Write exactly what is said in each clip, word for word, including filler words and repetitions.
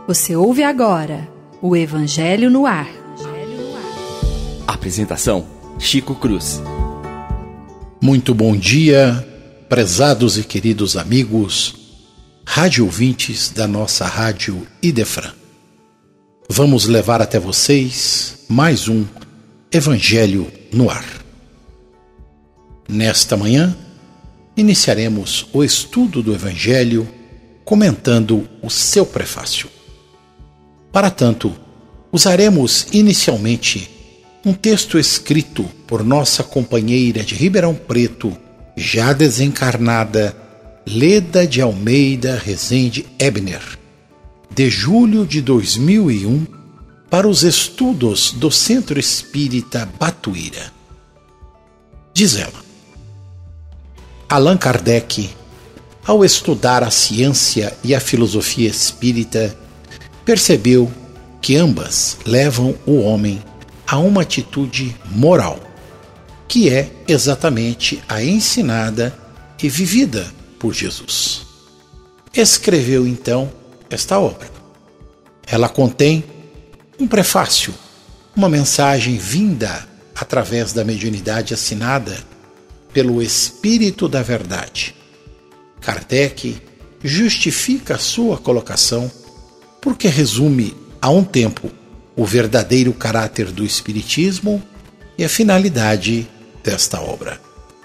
Você ouve agora o Evangelho no Ar. Apresentação: Chico Cruz. Muito bom dia, prezados e queridos amigos, rádio ouvintes da nossa rádio Idefran. Vamos levar até vocês mais um Evangelho no Ar. Nesta manhã, iniciaremos o estudo do Evangelho comentando o seu prefácio. Para tanto, usaremos inicialmente um texto escrito por nossa companheira de Ribeirão Preto, já desencarnada, Leda de Almeida Rezende Ebner, de julho de dois mil e um, para os estudos do Centro Espírita Batuíra. Diz ela: Allan Kardec, ao estudar a ciência e a filosofia espírita, percebeu que ambas levam o homem a uma atitude moral, que é exatamente a ensinada e vivida por Jesus. Escreveu então esta obra. Ela contém um prefácio, uma mensagem vinda através da mediunidade assinada pelo Espírito da Verdade. Kardec justifica a sua colocação porque resume a um tempo o verdadeiro caráter do Espiritismo e a finalidade desta obra.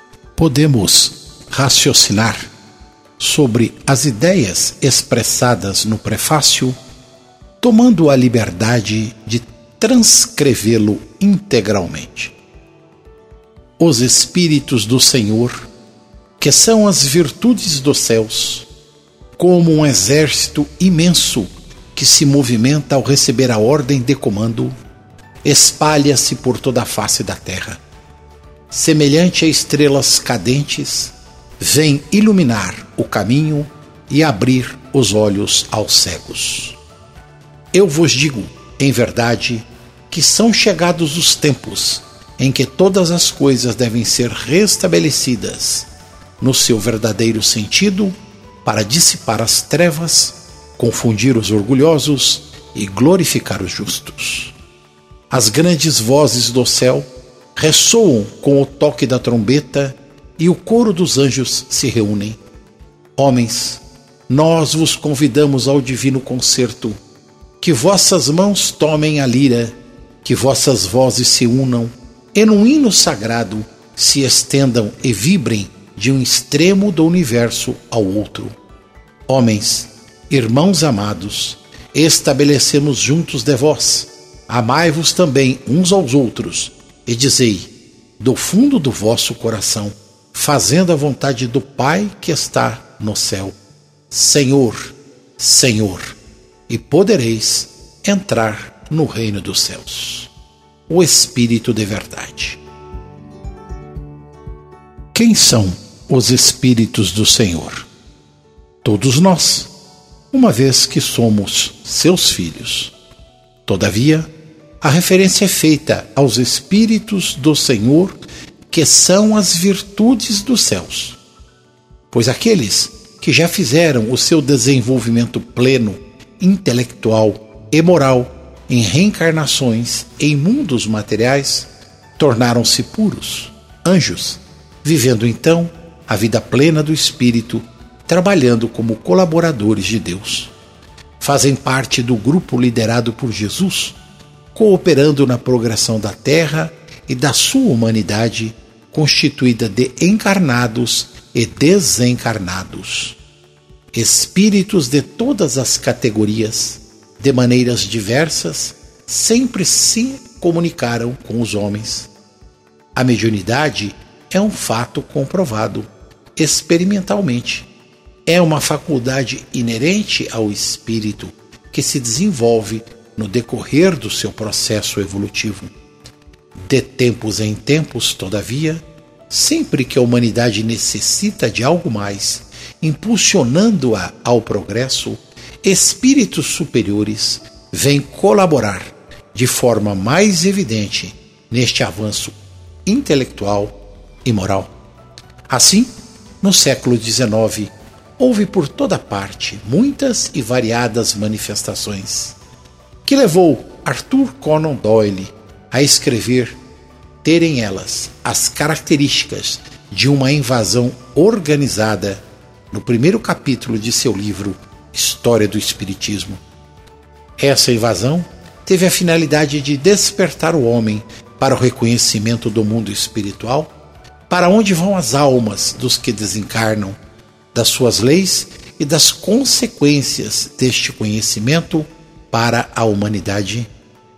Podemos raciocinar sobre as ideias expressadas no prefácio, tomando a liberdade de transcrevê-lo integralmente. Os Espíritos do Senhor, que são as virtudes dos céus, como um exército imenso que se movimenta ao receber a ordem de comando, espalha-se por toda a face da terra. Semelhante a estrelas cadentes, vem iluminar o caminho e abrir os olhos aos cegos. Eu vos digo, em verdade, que são chegados os tempos em que todas as coisas devem ser restabelecidas no seu verdadeiro sentido, para dissipar as trevas, confundir os orgulhosos e glorificar os justos. As grandes vozes do céu ressoam com o toque da trombeta e o coro dos anjos se reúnem. Homens, nós vos convidamos ao divino concerto, que vossas mãos tomem a lira, que vossas vozes se unam e num hino sagrado se estendam e vibrem de um extremo do universo ao outro. Homens, irmãos amados, estabelecemos juntos de vós, amai-vos também uns aos outros, e dizei, do fundo do vosso coração, fazendo a vontade do Pai que está no céu: Senhor, Senhor, e podereis entrar no reino dos céus. O Espírito de Verdade. Quem são os Espíritos do Senhor? Todos nós, uma vez que somos seus filhos. Todavia, a referência é feita aos Espíritos do Senhor, que são as virtudes dos céus. Pois aqueles que já fizeram o seu desenvolvimento pleno, intelectual e moral em reencarnações em mundos materiais, tornaram-se puros, anjos, vivendo então a vida plena do Espírito, trabalhando como colaboradores de Deus. Fazem parte do grupo liderado por Jesus, cooperando na progressão da Terra e da sua humanidade, constituída de encarnados e desencarnados. Espíritos de todas as categorias, de maneiras diversas, sempre se comunicaram com os homens. A mediunidade é um fato comprovado experimentalmente. É uma faculdade inerente ao espírito que se desenvolve no decorrer do seu processo evolutivo. De tempos em tempos, todavia, sempre que a humanidade necessita de algo mais, impulsionando-a ao progresso, espíritos superiores vêm colaborar de forma mais evidente neste avanço intelectual e moral. Assim, no século dezenove, houve por toda parte muitas e variadas manifestações, que levou Arthur Conan Doyle a escrever terem elas as características de uma invasão organizada no primeiro capítulo de seu livro História do Espiritismo. Essa invasão teve a finalidade de despertar o homem para o reconhecimento do mundo espiritual, para onde vão as almas dos que desencarnam, das suas leis e das consequências deste conhecimento para a humanidade.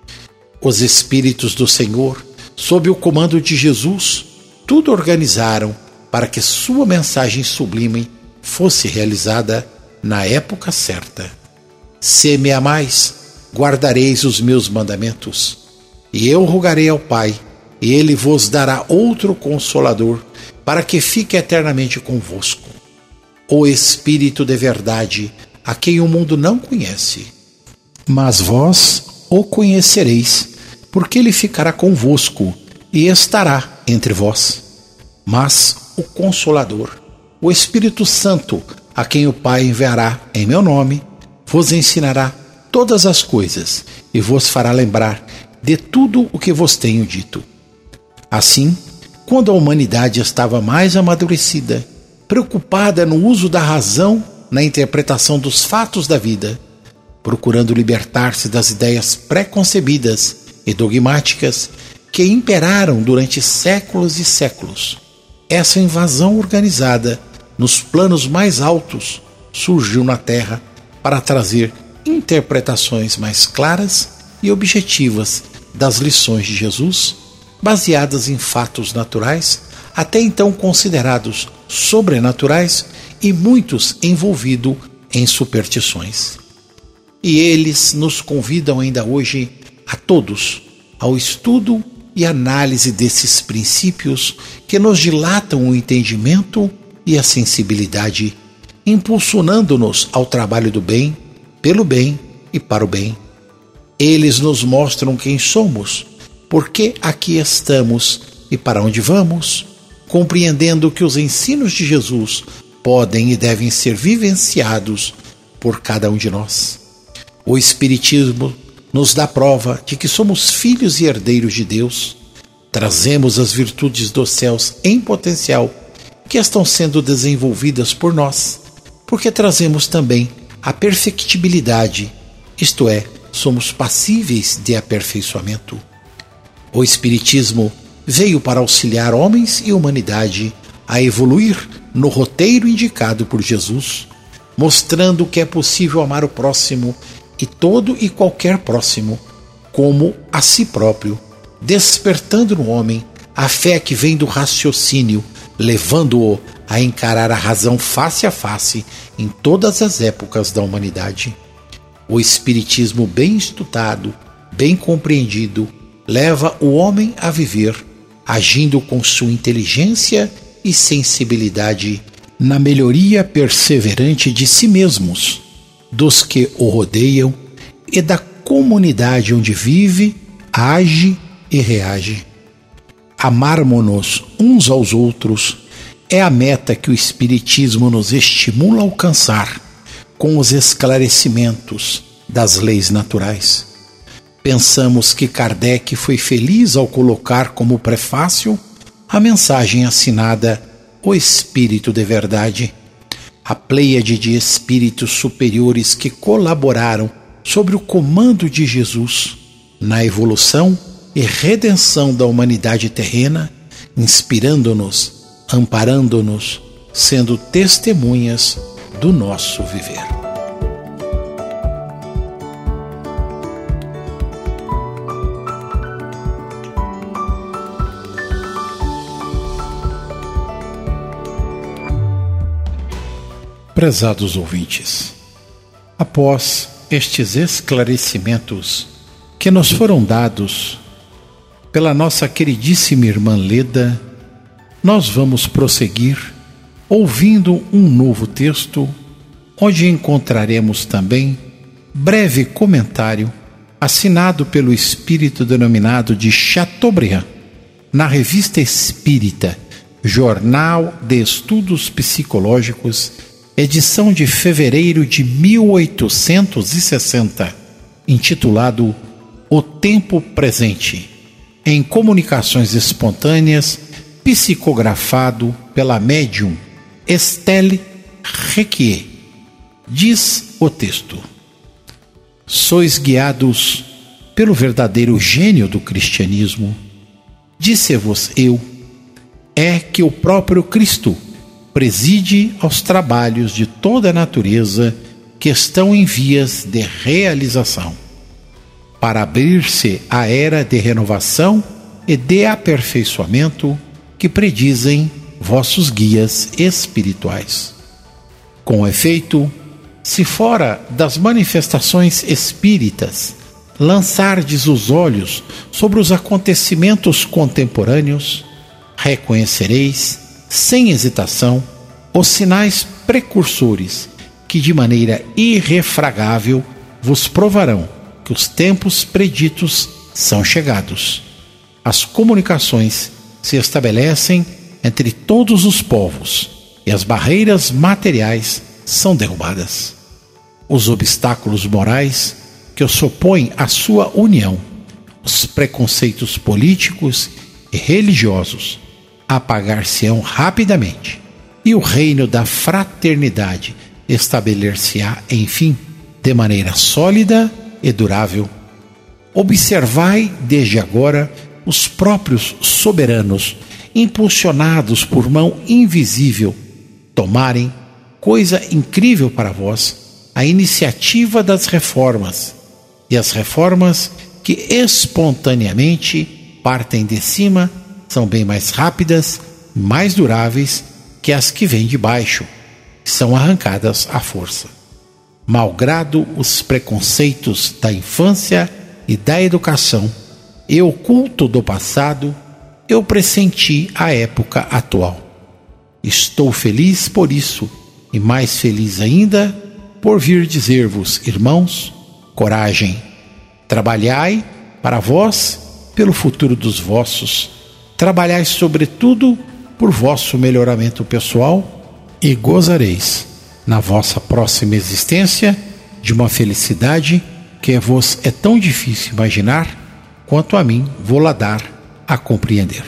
Os Espíritos do Senhor, sob o comando de Jesus, tudo organizaram para que sua mensagem sublime fosse realizada na época certa. Se me amais, guardareis os meus mandamentos, e eu rogarei ao Pai, e ele vos dará outro Consolador, para que fique eternamente convosco, o Espírito de verdade, a quem o mundo não conhece. Mas vós o conhecereis, porque ele ficará convosco e estará entre vós. Mas o Consolador, o Espírito Santo, a quem o Pai enviará em meu nome, vos ensinará todas as coisas e vos fará lembrar de tudo o que vos tenho dito. Assim, quando a humanidade estava mais amadurecida, preocupada no uso da razão na interpretação dos fatos da vida, procurando libertar-se das ideias pré-concebidas e dogmáticas que imperaram durante séculos e séculos, essa invasão organizada nos planos mais altos surgiu na Terra para trazer interpretações mais claras e objetivas das lições de Jesus, baseadas em fatos naturais, até então considerados sobrenaturais e muitos envolvidos em superstições. E eles nos convidam ainda hoje a todos ao estudo e análise desses princípios que nos dilatam o entendimento e a sensibilidade, impulsionando-nos ao trabalho do bem, pelo bem e para o bem. Eles nos mostram quem somos, por que aqui estamos e para onde vamos, compreendendo que os ensinos de Jesus podem e devem ser vivenciados por cada um de nós. O Espiritismo nos dá prova de que somos filhos e herdeiros de Deus, trazemos as virtudes dos céus em potencial que estão sendo desenvolvidas por nós, porque trazemos também a perfectibilidade, isto é, somos passíveis de aperfeiçoamento. O Espiritismo veio para auxiliar homens e humanidade a evoluir no roteiro indicado por Jesus, mostrando que é possível amar o próximo e todo e qualquer próximo como a si próprio, despertando no homem a fé que vem do raciocínio, levando-o a encarar a razão face a face em todas as épocas da humanidade. O Espiritismo bem estudado, bem compreendido, leva o homem a viver, agindo com sua inteligência e sensibilidade na melhoria perseverante de si mesmos, dos que o rodeiam e da comunidade onde vive, age e reage. Amarmos-nos uns aos outros é a meta que o Espiritismo nos estimula a alcançar com os esclarecimentos das leis naturais. Pensamos que Kardec foi feliz ao colocar como prefácio a mensagem assinada O Espírito de Verdade, a pleiade de espíritos superiores que colaboraram sob o comando de Jesus na evolução e redenção da humanidade terrena, inspirando-nos, amparando-nos, sendo testemunhas do nosso viver. Prezados ouvintes, após estes esclarecimentos que nos foram dados pela nossa queridíssima irmã Leda, nós vamos prosseguir ouvindo um novo texto, onde encontraremos também breve comentário assinado pelo espírito denominado de Chateaubriand, na Revista Espírita, Jornal de Estudos Psicológicos, edição de fevereiro de mil oitocentos e sessenta, intitulado O Tempo Presente, em comunicações espontâneas, psicografado pela médium Estelle Requier. Diz o texto: sois guiados pelo verdadeiro gênio do cristianismo. Disse-vos eu, é que o próprio Cristo preside aos trabalhos de toda a natureza que estão em vias de realização, para abrir-se à era de renovação e de aperfeiçoamento que predizem vossos guias espirituais. Com efeito, se fora das manifestações espíritas lançardes os olhos sobre os acontecimentos contemporâneos, reconhecereis, sem hesitação, os sinais precursores que de maneira irrefragável vos provarão que os tempos preditos são chegados. As comunicações se estabelecem entre todos os povos e as barreiras materiais são derrubadas. Os obstáculos morais que se opõem à sua união, os preconceitos políticos e religiosos, apagar-se-ão rapidamente, e o reino da fraternidade estabelecer-se-á, enfim, de maneira sólida e durável. Observai desde agora os próprios soberanos, impulsionados por mão invisível, tomarem, coisa incrível para vós, a iniciativa das reformas, e as reformas que espontaneamente partem de cima são bem mais rápidas, mais duráveis que as que vêm de baixo, que são arrancadas à força. Malgrado os preconceitos da infância e da educação e o culto do passado, eu pressenti a época atual. Estou feliz por isso, e mais feliz ainda por vir dizer-vos, irmãos, coragem, trabalhai para vós pelo futuro dos vossos, trabalhai sobretudo por vosso melhoramento pessoal e gozareis, na vossa próxima existência, de uma felicidade que vos é tão difícil imaginar quanto a mim vou-la dar a compreender.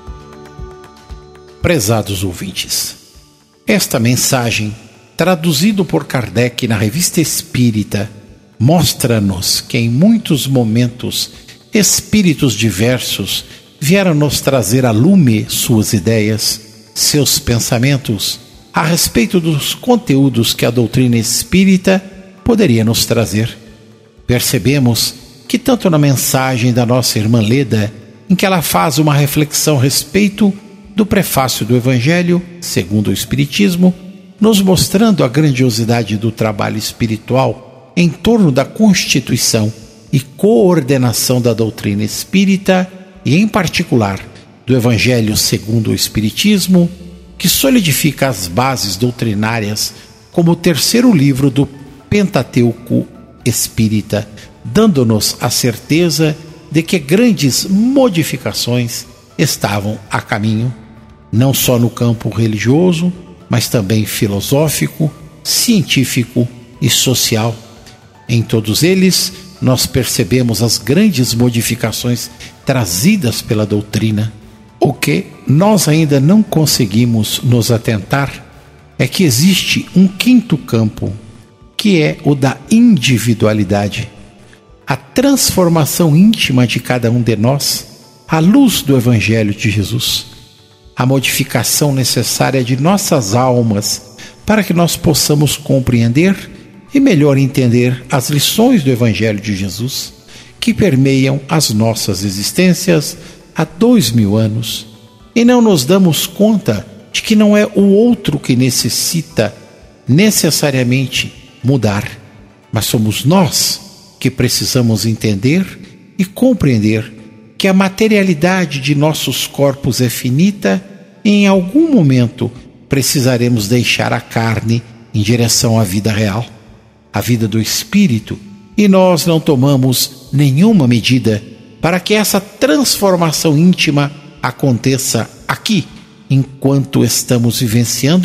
Prezados ouvintes, esta mensagem, traduzido por Kardec na Revista Espírita, mostra-nos que em muitos momentos espíritos diversos vieram nos trazer a lume suas ideias, seus pensamentos a respeito dos conteúdos que a doutrina espírita poderia nos trazer. Percebemos que tanto na mensagem da nossa irmã Leda, em que ela faz uma reflexão a respeito do prefácio do Evangelho segundo o Espiritismo, nos mostrando a grandiosidade do trabalho espiritual em torno da constituição e coordenação da doutrina espírita e, em particular, do Evangelho segundo o Espiritismo, que solidifica as bases doutrinárias como o terceiro livro do Pentateuco espírita, dando-nos a certeza de que grandes modificações estavam a caminho, não só no campo religioso, mas também filosófico, científico e social. Em todos eles, nós percebemos as grandes modificações trazidas pela doutrina. O que nós ainda não conseguimos nos atentar é que existe um quinto campo, que é o da individualidade, a transformação íntima de cada um de nós à luz do Evangelho de Jesus, a modificação necessária de nossas almas para que nós possamos compreender e melhor entender as lições do Evangelho de Jesus que permeiam as nossas existências há dois mil anos, e não nos damos conta de que não é o outro que necessita necessariamente mudar, mas somos nós que precisamos entender e compreender que a materialidade de nossos corpos é finita e em algum momento precisaremos deixar a carne em direção à vida real, a vida do espírito, e nós não tomamos nenhuma medida para que essa transformação íntima aconteça aqui, enquanto estamos vivenciando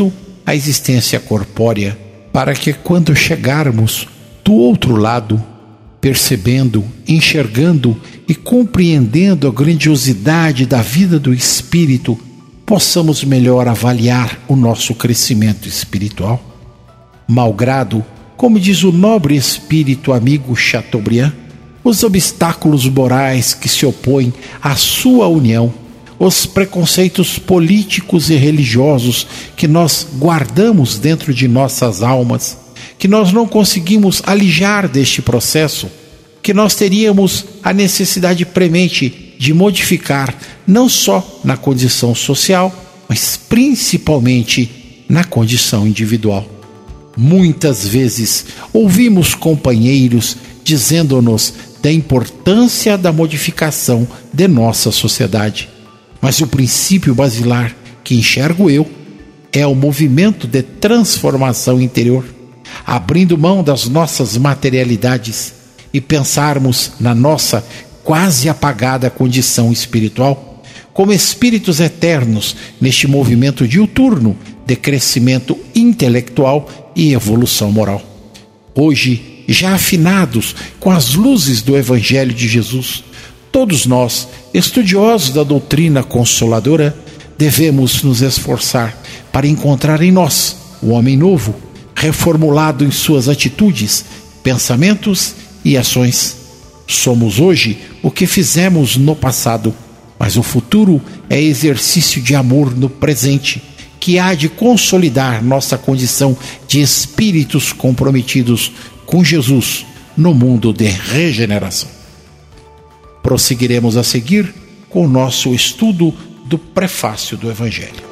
a existência corpórea, para que quando chegarmos do outro lado, percebendo, enxergando e compreendendo a grandiosidade da vida do Espírito, possamos melhor avaliar o nosso crescimento espiritual. Malgrado, como diz o nobre espírito amigo Chateaubriand, os obstáculos morais que se opõem à sua união, os preconceitos políticos e religiosos que nós guardamos dentro de nossas almas, que nós não conseguimos alijar deste processo, que nós teríamos a necessidade premente de modificar, não só na condição social, mas principalmente na condição individual. Muitas vezes ouvimos companheiros dizendo-nos da importância da modificação de nossa sociedade. Mas o princípio basilar que enxergo eu é o movimento de transformação interior, abrindo mão das nossas materialidades e pensarmos na nossa quase apagada condição espiritual, como espíritos eternos neste movimento diuturno de crescimento intelectual e evolução moral. Hoje, já afinados com as luzes do Evangelho de Jesus, todos nós, estudiosos da doutrina consoladora, devemos nos esforçar para encontrar em nós o homem novo, reformulado em suas atitudes, pensamentos e ações. Somos hoje o que fizemos no passado, mas o futuro é exercício de amor no presente, que há de consolidar nossa condição de espíritos comprometidos com Jesus no mundo de regeneração. Prosseguiremos a seguir com o nosso estudo do prefácio do Evangelho.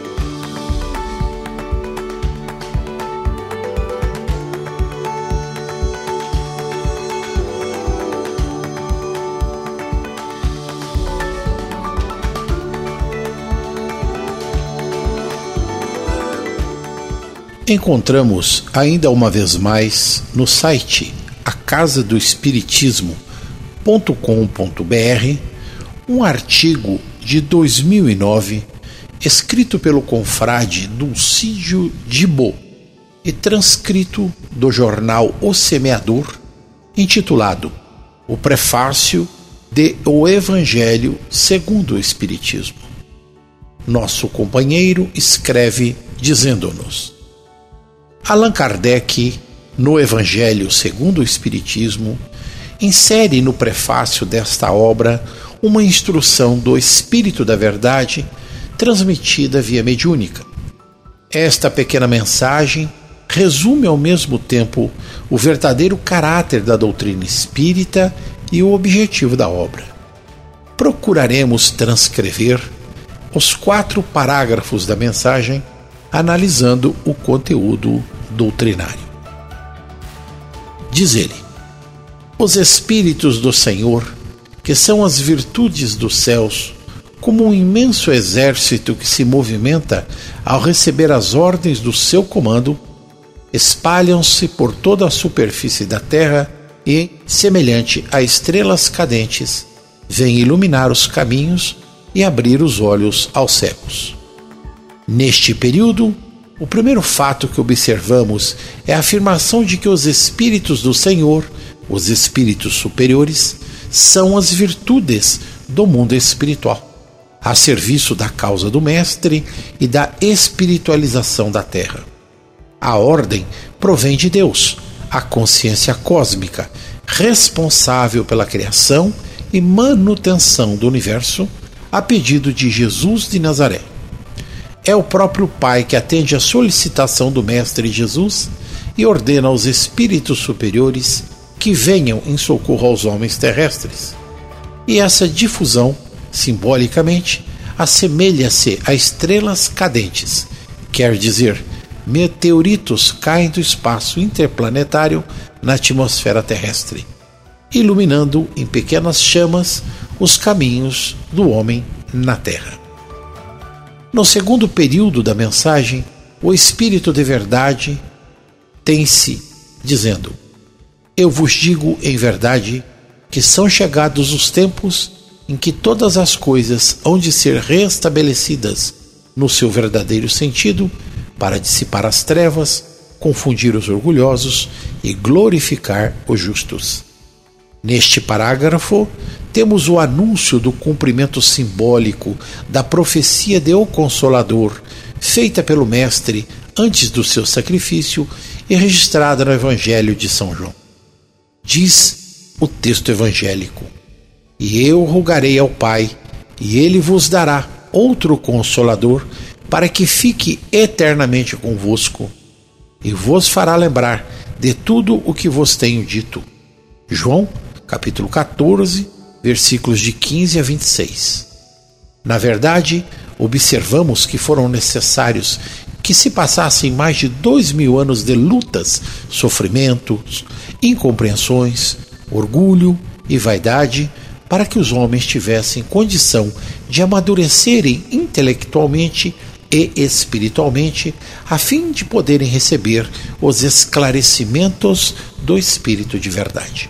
Encontramos ainda uma vez mais no site a casa do espiritismo ponto com ponto b r um artigo de dois mil e nove escrito pelo confrade Dulcídio Dibô e transcrito do jornal O Semeador, intitulado O Prefácio de O Evangelho segundo o Espiritismo. Nosso companheiro escreve dizendo-nos: Allan Kardec, no Evangelho segundo o Espiritismo, insere no prefácio desta obra uma instrução do Espírito da Verdade transmitida via mediúnica. Esta pequena mensagem resume ao mesmo tempo o verdadeiro caráter da doutrina espírita e o objetivo da obra. Procuraremos transcrever os quatro parágrafos da mensagem, analisando o conteúdo doutrinário. Diz ele: os Espíritos do Senhor, que são as virtudes dos céus, como um imenso exército que se movimenta ao receber as ordens do seu comando, espalham-se por toda a superfície da terra e, semelhante a estrelas cadentes, vêm iluminar os caminhos e abrir os olhos aos cegos. Neste período, o primeiro fato que observamos é a afirmação de que os Espíritos do Senhor, os Espíritos superiores, são as virtudes do mundo espiritual, a serviço da causa do Mestre e da espiritualização da Terra. A ordem provém de Deus, a consciência cósmica, responsável pela criação e manutenção do universo, a pedido de Jesus de Nazaré. É o próprio Pai que atende à solicitação do Mestre Jesus e ordena aos espíritos superiores que venham em socorro aos homens terrestres. E essa difusão, simbolicamente, assemelha-se a estrelas cadentes, quer dizer, meteoritos caem do espaço interplanetário na atmosfera terrestre, iluminando em pequenas chamas os caminhos do homem na Terra. No segundo período da mensagem, o Espírito de Verdade tem-se dizendo: eu vos digo em verdade que são chegados os tempos em que todas as coisas hão de ser restabelecidas no seu verdadeiro sentido, para dissipar as trevas, confundir os orgulhosos e glorificar os justos. Neste parágrafo, temos o anúncio do cumprimento simbólico da profecia de O Consolador, feita pelo Mestre antes do seu sacrifício e registrada no Evangelho de São João. Diz o texto evangélico: E eu rogarei ao Pai, e ele vos dará outro Consolador, para que fique eternamente convosco, e vos fará lembrar de tudo o que vos tenho dito. João, capítulo quatorze, versículos de quinze a vinte e seis. Na verdade, observamos que foram necessários que se passassem mais de dois mil anos de lutas, sofrimentos, incompreensões, orgulho e vaidade, para que os homens tivessem condição de amadurecerem intelectualmente e espiritualmente, a fim de poderem receber os esclarecimentos do Espírito de verdade.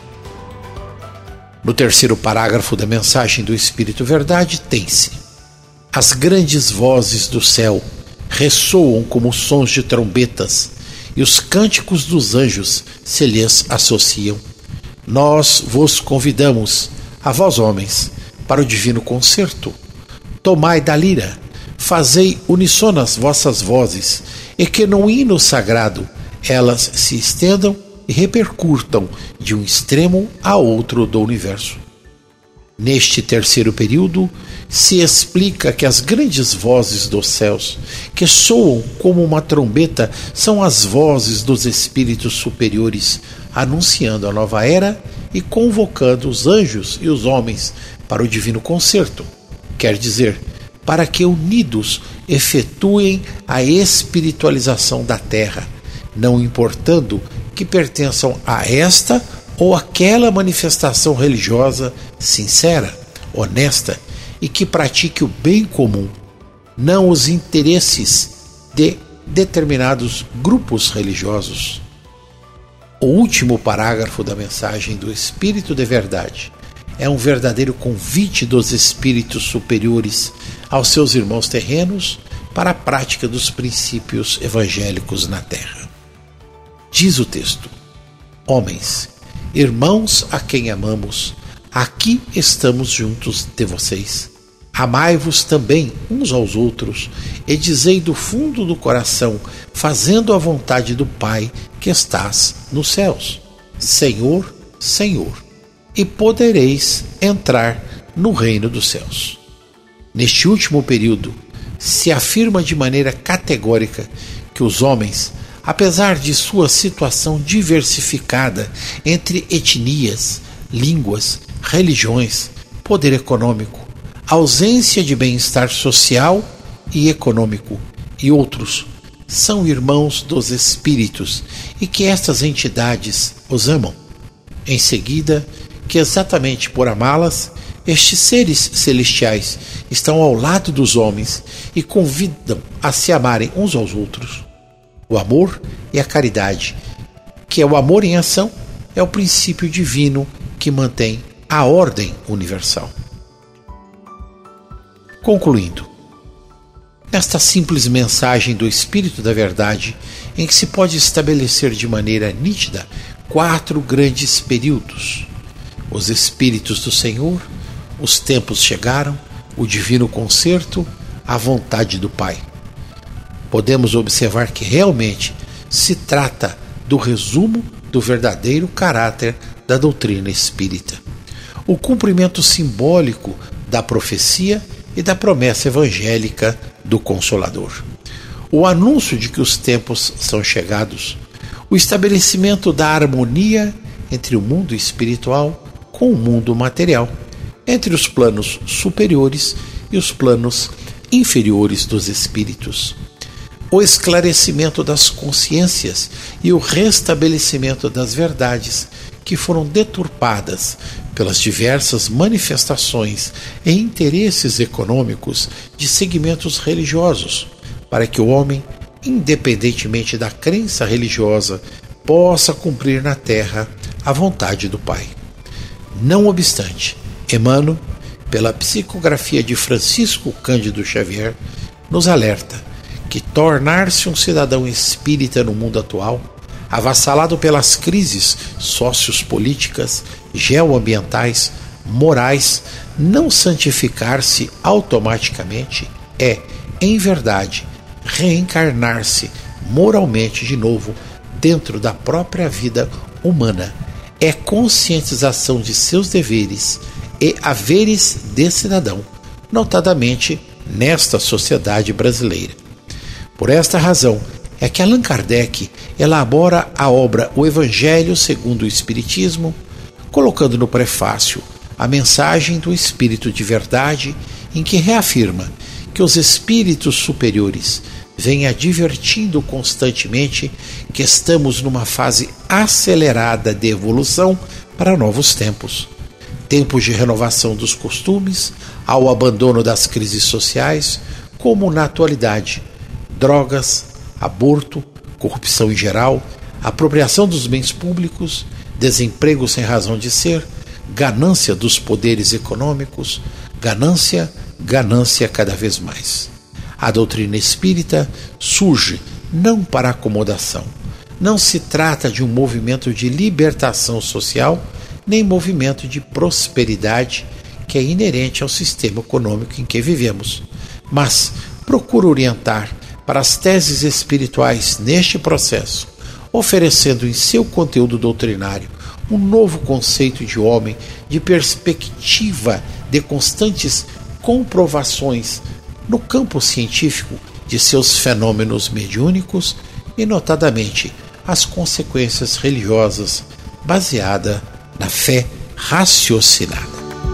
No terceiro parágrafo da mensagem do Espírito Verdade tem-se: As grandes vozes do céu ressoam como sons de trombetas, e os cânticos dos anjos se lhes associam. Nós vos convidamos, a vós homens, para o divino concerto. Tomai da lira, fazei unissonas vossas vozes, e que no hino sagrado elas se estendam e repercutam de um extremo a outro do universo. Neste terceiro período, se explica que as grandes vozes dos céus, que soam como uma trombeta, são as vozes dos espíritos superiores, anunciando a nova era e convocando os anjos e os homens para o divino concerto, quer dizer, para que unidos efetuem a espiritualização da terra, não importando que pertençam a esta ou aquela manifestação religiosa sincera, honesta e que pratique o bem comum, não os interesses de determinados grupos religiosos. O último parágrafo da mensagem do Espírito de Verdade é um verdadeiro convite dos espíritos superiores aos seus irmãos terrenos para a prática dos princípios evangélicos na terra. Diz o texto: Homens, irmãos a quem amamos, aqui estamos juntos de vocês. Amai-vos também uns aos outros, e dizei do fundo do coração, fazendo a vontade do Pai que estás nos céus: Senhor, Senhor, e podereis entrar no reino dos céus. Neste último período, se afirma de maneira categórica que os homens, apesar de sua situação diversificada entre etnias, línguas, religiões, poder econômico, ausência de bem-estar social e econômico e outros, são irmãos dos espíritos e que estas entidades os amam. Em seguida, que exatamente por amá-las, estes seres celestiais estão ao lado dos homens e convidam a se amarem uns aos outros. O amor e a caridade, que é o amor em ação, é o princípio divino que mantém a ordem universal. Concluindo, nesta simples mensagem do Espírito da Verdade, em que se pode estabelecer de maneira nítida quatro grandes períodos: os Espíritos do Senhor, os tempos chegaram, o divino concerto, a vontade do Pai. Podemos observar que realmente se trata do resumo do verdadeiro caráter da doutrina espírita. O cumprimento simbólico da profecia e da promessa evangélica do Consolador. O anúncio de que os tempos são chegados. O estabelecimento da harmonia entre o mundo espiritual com o mundo material, entre os planos superiores e os planos inferiores dos espíritos. O esclarecimento das consciências e o restabelecimento das verdades que foram deturpadas pelas diversas manifestações e interesses econômicos de segmentos religiosos, para que o homem, independentemente da crença religiosa, possa cumprir na terra a vontade do Pai. Não obstante, Emmanuel, pela psicografia de Francisco Cândido Xavier, nos alerta que tornar-se um cidadão espírita no mundo atual, avassalado pelas crises sociopolíticas, geoambientais, morais, não santificar-se automaticamente é, em verdade, reencarnar-se moralmente de novo dentro da própria vida humana. É conscientização de seus deveres e haveres de cidadão, notadamente nesta sociedade brasileira. Por esta razão é que Allan Kardec elabora a obra O Evangelho segundo o Espiritismo, colocando no prefácio a mensagem do Espírito de Verdade, em que reafirma que os espíritos superiores vêm advertindo constantemente que estamos numa fase acelerada de evolução para novos tempos. Tempos de renovação dos costumes, ao abandono das crises sociais, como na atualidade, drogas, aborto, corrupção em geral, apropriação dos bens públicos, desemprego sem razão de ser, ganância dos poderes econômicos, ganância, ganância cada vez mais. A doutrina espírita surge não para acomodação. Não se trata de um movimento de libertação social, nem movimento de prosperidade que é inerente ao sistema econômico em que vivemos, mas procura orientar para as teses espirituais neste processo, oferecendo em seu conteúdo doutrinário um novo conceito de homem, de perspectiva de constantes comprovações no campo científico de seus fenômenos mediúnicos e, notadamente, as consequências religiosas baseada na fé raciocinada.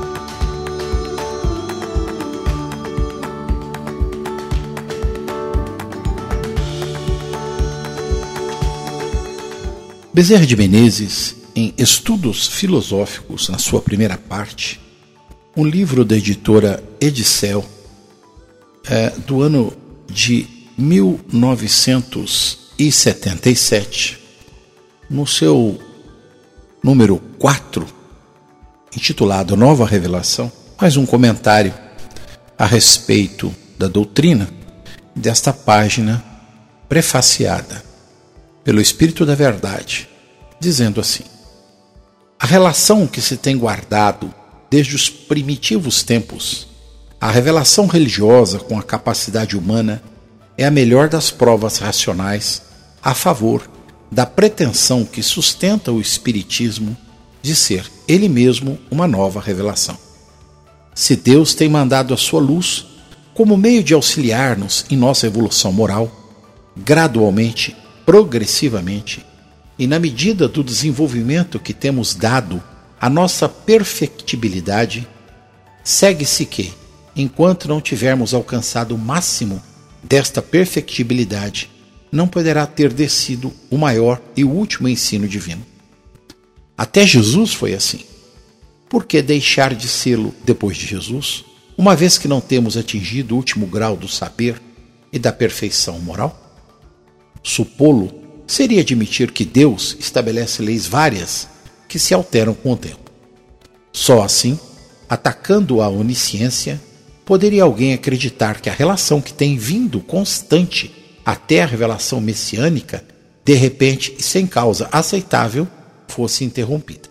Bezerra de Menezes, em Estudos Filosóficos, na sua primeira parte, um livro da editora Edicel, é, do ano de mil novecentos e setenta e sete, no seu número quatro, intitulado Nova Revelação, faz um comentário a respeito da doutrina desta página prefaciada pelo Espírito da Verdade, dizendo assim: a relação que se tem guardado desde os primitivos tempos, a revelação religiosa com a capacidade humana, é a melhor das provas racionais a favor da pretensão que sustenta o Espiritismo de ser ele mesmo uma nova revelação. Se Deus tem mandado a sua luz como meio de auxiliar-nos em nossa evolução moral, gradualmente, progressivamente, e na medida do desenvolvimento que temos dado à nossa perfectibilidade, segue-se que, enquanto não tivermos alcançado o máximo desta perfectibilidade, não poderá ter descido o maior e o último ensino divino. Até Jesus foi assim. Por que deixar de sê-lo depois de Jesus, uma vez que não temos atingido o último grau do saber e da perfeição moral? Supô-lo seria admitir que Deus estabelece leis várias que se alteram com o tempo. Só assim, atacando a onisciência, poderia alguém acreditar que a relação que tem vindo constante até a revelação messiânica, de repente e sem causa aceitável, fosse interrompida.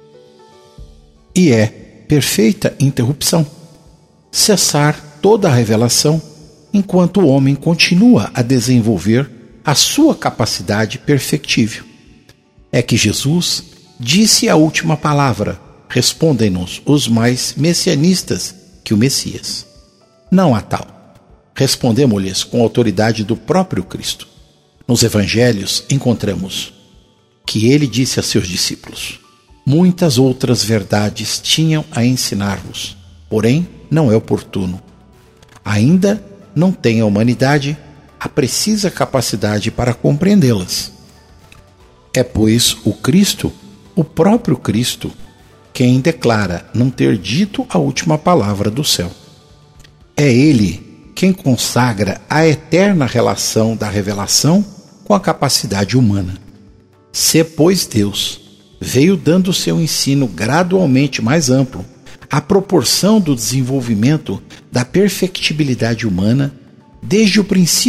E é perfeita interrupção. Cessar toda a revelação enquanto o homem continua a desenvolver a sua capacidade perfectível. É que Jesus disse a última palavra, respondem-nos os mais messianistas que o Messias. Não há tal. Respondemos-lhes com a autoridade do próprio Cristo. Nos Evangelhos encontramos que ele disse a seus discípulos: muitas outras verdades tinham a ensinar-vos, porém não é oportuno. Ainda não tem a humanidade a precisa capacidade para compreendê-las. É, pois, o Cristo, o próprio Cristo, quem declara não ter dito a última palavra do céu. É ele quem consagra a eterna relação da revelação com a capacidade humana. Se, pois, Deus veio dando seu ensino gradualmente mais amplo, à proporção do desenvolvimento da perfectibilidade humana, desde o princípio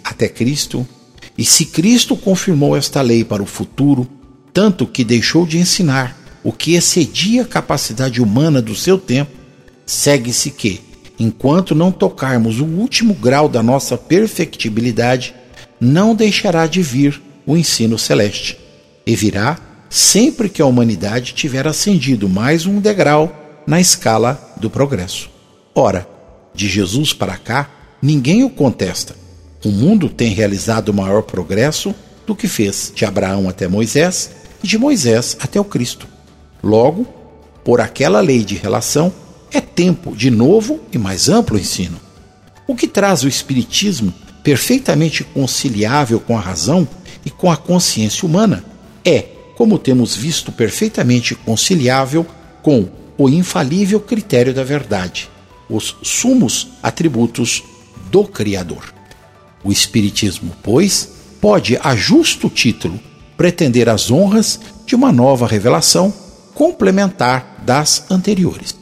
até Cristo, e se Cristo confirmou esta lei para o futuro, tanto que deixou de ensinar o que excedia a capacidade humana do seu tempo, segue-se que, enquanto não tocarmos o último grau da nossa perfectibilidade, não deixará de vir o ensino celeste, e virá sempre que a humanidade tiver ascendido mais um degrau na escala do progresso. Ora, de Jesus para cá, ninguém o contesta. O mundo tem realizado maior progresso do que fez de Abraão até Moisés e de Moisés até o Cristo. Logo, por aquela lei de relação, é tempo de novo e mais amplo ensino. O que traz o Espiritismo, perfeitamente conciliável com a razão e com a consciência humana, é, como temos visto, perfeitamente conciliável com o infalível critério da verdade, os sumos atributos do Criador. O Espiritismo, pois, pode, a justo título, pretender as honras de uma nova revelação complementar das anteriores.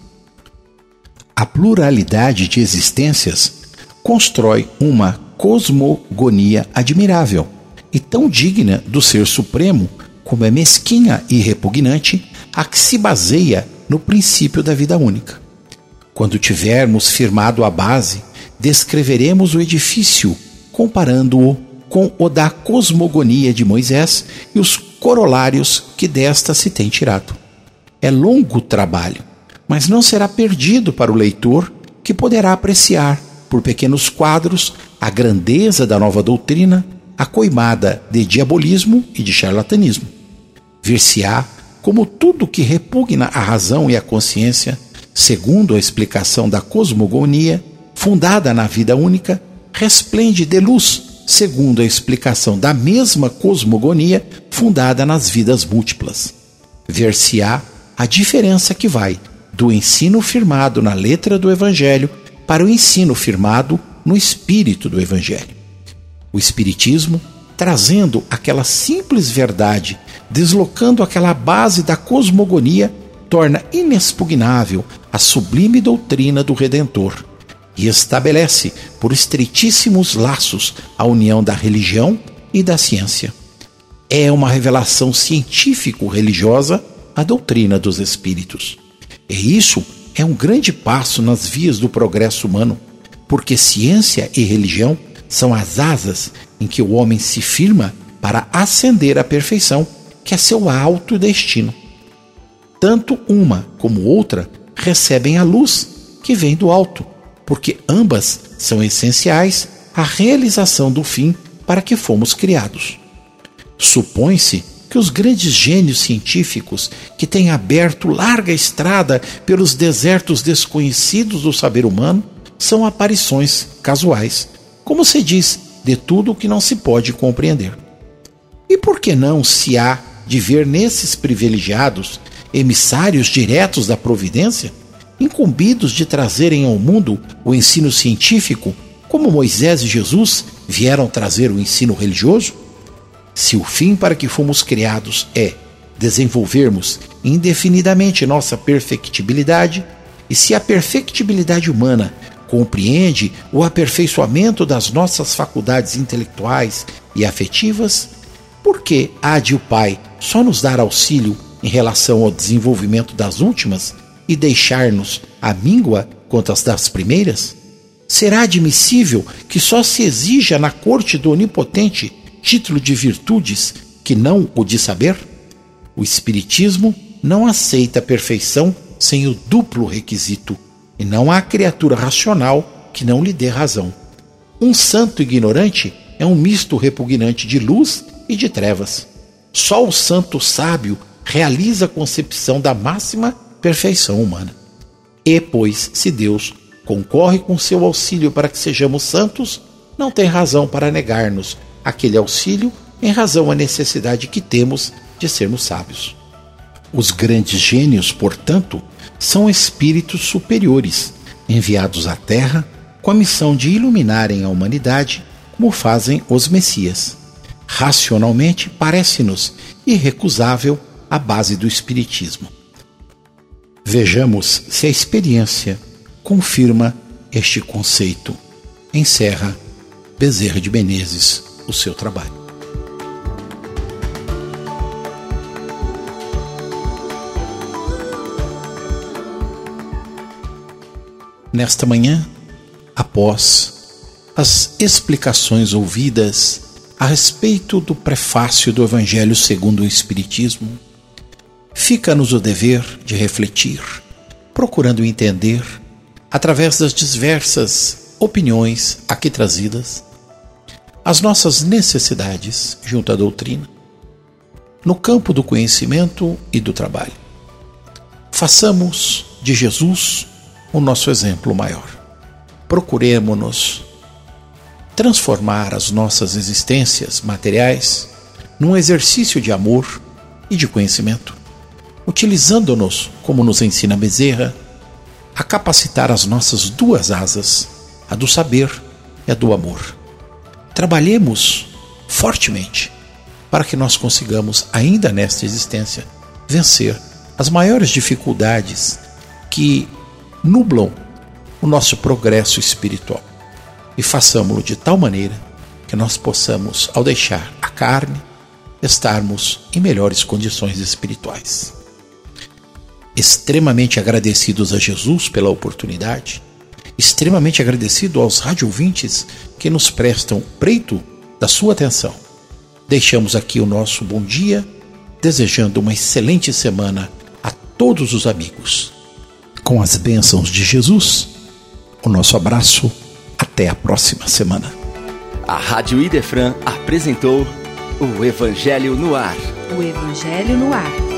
A pluralidade de existências constrói uma cosmogonia admirável e tão digna do Ser Supremo como é mesquinha e repugnante a que se baseia no princípio da vida única. Quando tivermos firmado a base, descreveremos o edifício, comparando-o com o da cosmogonia de Moisés e os corolários que desta se tem tirado. É longo o trabalho, mas não será perdido para o leitor, que poderá apreciar, por pequenos quadros, a grandeza da nova doutrina, acoimada de diabolismo e de charlatanismo. Ver-se-á como tudo que repugna a razão e a consciência, segundo a explicação da cosmogonia, fundada na vida única, resplende de luz, segundo a explicação da mesma cosmogonia, fundada nas vidas múltiplas. Ver-se-á a diferença que vai do ensino firmado na letra do Evangelho para o ensino firmado no espírito do Evangelho. O Espiritismo, trazendo aquela simples verdade, deslocando aquela base da cosmogonia, torna inexpugnável a sublime doutrina do Redentor e estabelece por estreitíssimos laços a união da religião e da ciência. É uma revelação científico-religiosa a doutrina dos Espíritos. E isso é um grande passo nas vias do progresso humano, porque ciência e religião são as asas em que o homem se firma para ascender à perfeição, que é seu alto destino. Tanto uma como outra recebem a luz que vem do alto, porque ambas são essenciais à realização do fim para que fomos criados. Supõe-se que os grandes gênios científicos que têm aberto larga estrada pelos desertos desconhecidos do saber humano são aparições casuais, como se diz, de tudo o que não se pode compreender. E por que não se há de ver nesses privilegiados emissários diretos da providência, incumbidos de trazerem ao mundo o ensino científico, como Moisés e Jesus vieram trazer o ensino religioso? Se o fim para que fomos criados é desenvolvermos indefinidamente nossa perfectibilidade, e se a perfectibilidade humana compreende o aperfeiçoamento das nossas faculdades intelectuais e afetivas, por que há de o Pai só nos dar auxílio em relação ao desenvolvimento das últimas e deixar-nos à míngua quanto às das primeiras? Será admissível que só se exija na corte do Onipotente título de virtudes que não o de saber? O Espiritismo não aceita a perfeição sem o duplo requisito, e não há criatura racional que não lhe dê razão. Um santo ignorante é um misto repugnante de luz e de trevas. Só o santo sábio realiza a concepção da máxima perfeição humana. E, pois, se Deus concorre com seu auxílio para que sejamos santos, não tem razão para negar-nos aquele auxílio em razão à necessidade que temos de sermos sábios. Os grandes gênios, portanto, são espíritos superiores, enviados à Terra com a missão de iluminarem a humanidade, como fazem os Messias. Racionalmente, parece-nos irrecusável a base do Espiritismo. Vejamos se a experiência confirma este conceito. Encerra Bezerra de Menezes o seu trabalho. Nesta manhã, após as explicações ouvidas a respeito do prefácio do Evangelho segundo o Espiritismo, fica-nos o dever de refletir, procurando entender, através das diversas opiniões aqui trazidas, as nossas necessidades junto à doutrina, no campo do conhecimento e do trabalho. Façamos de Jesus o nosso exemplo maior. Procuremo-nos transformar as nossas existências materiais num exercício de amor e de conhecimento, utilizando-nos, como nos ensina Bezerra, a capacitar as nossas duas asas, a do saber e a do amor. Trabalhemos fortemente para que nós consigamos, ainda nesta existência, vencer as maiores dificuldades que nublam o nosso progresso espiritual, e façamo-lo de tal maneira que nós possamos, ao deixar a carne, estarmos em melhores condições espirituais. Extremamente agradecidos a Jesus pela oportunidade, extremamente agradecido aos rádio-ouvintes que nos prestam preito da sua atenção. Deixamos aqui o nosso bom dia, desejando uma excelente semana a todos os amigos. Com as bênçãos de Jesus, o nosso abraço, até a próxima semana. A Rádio Idefran apresentou o Evangelho no Ar. O Evangelho no Ar.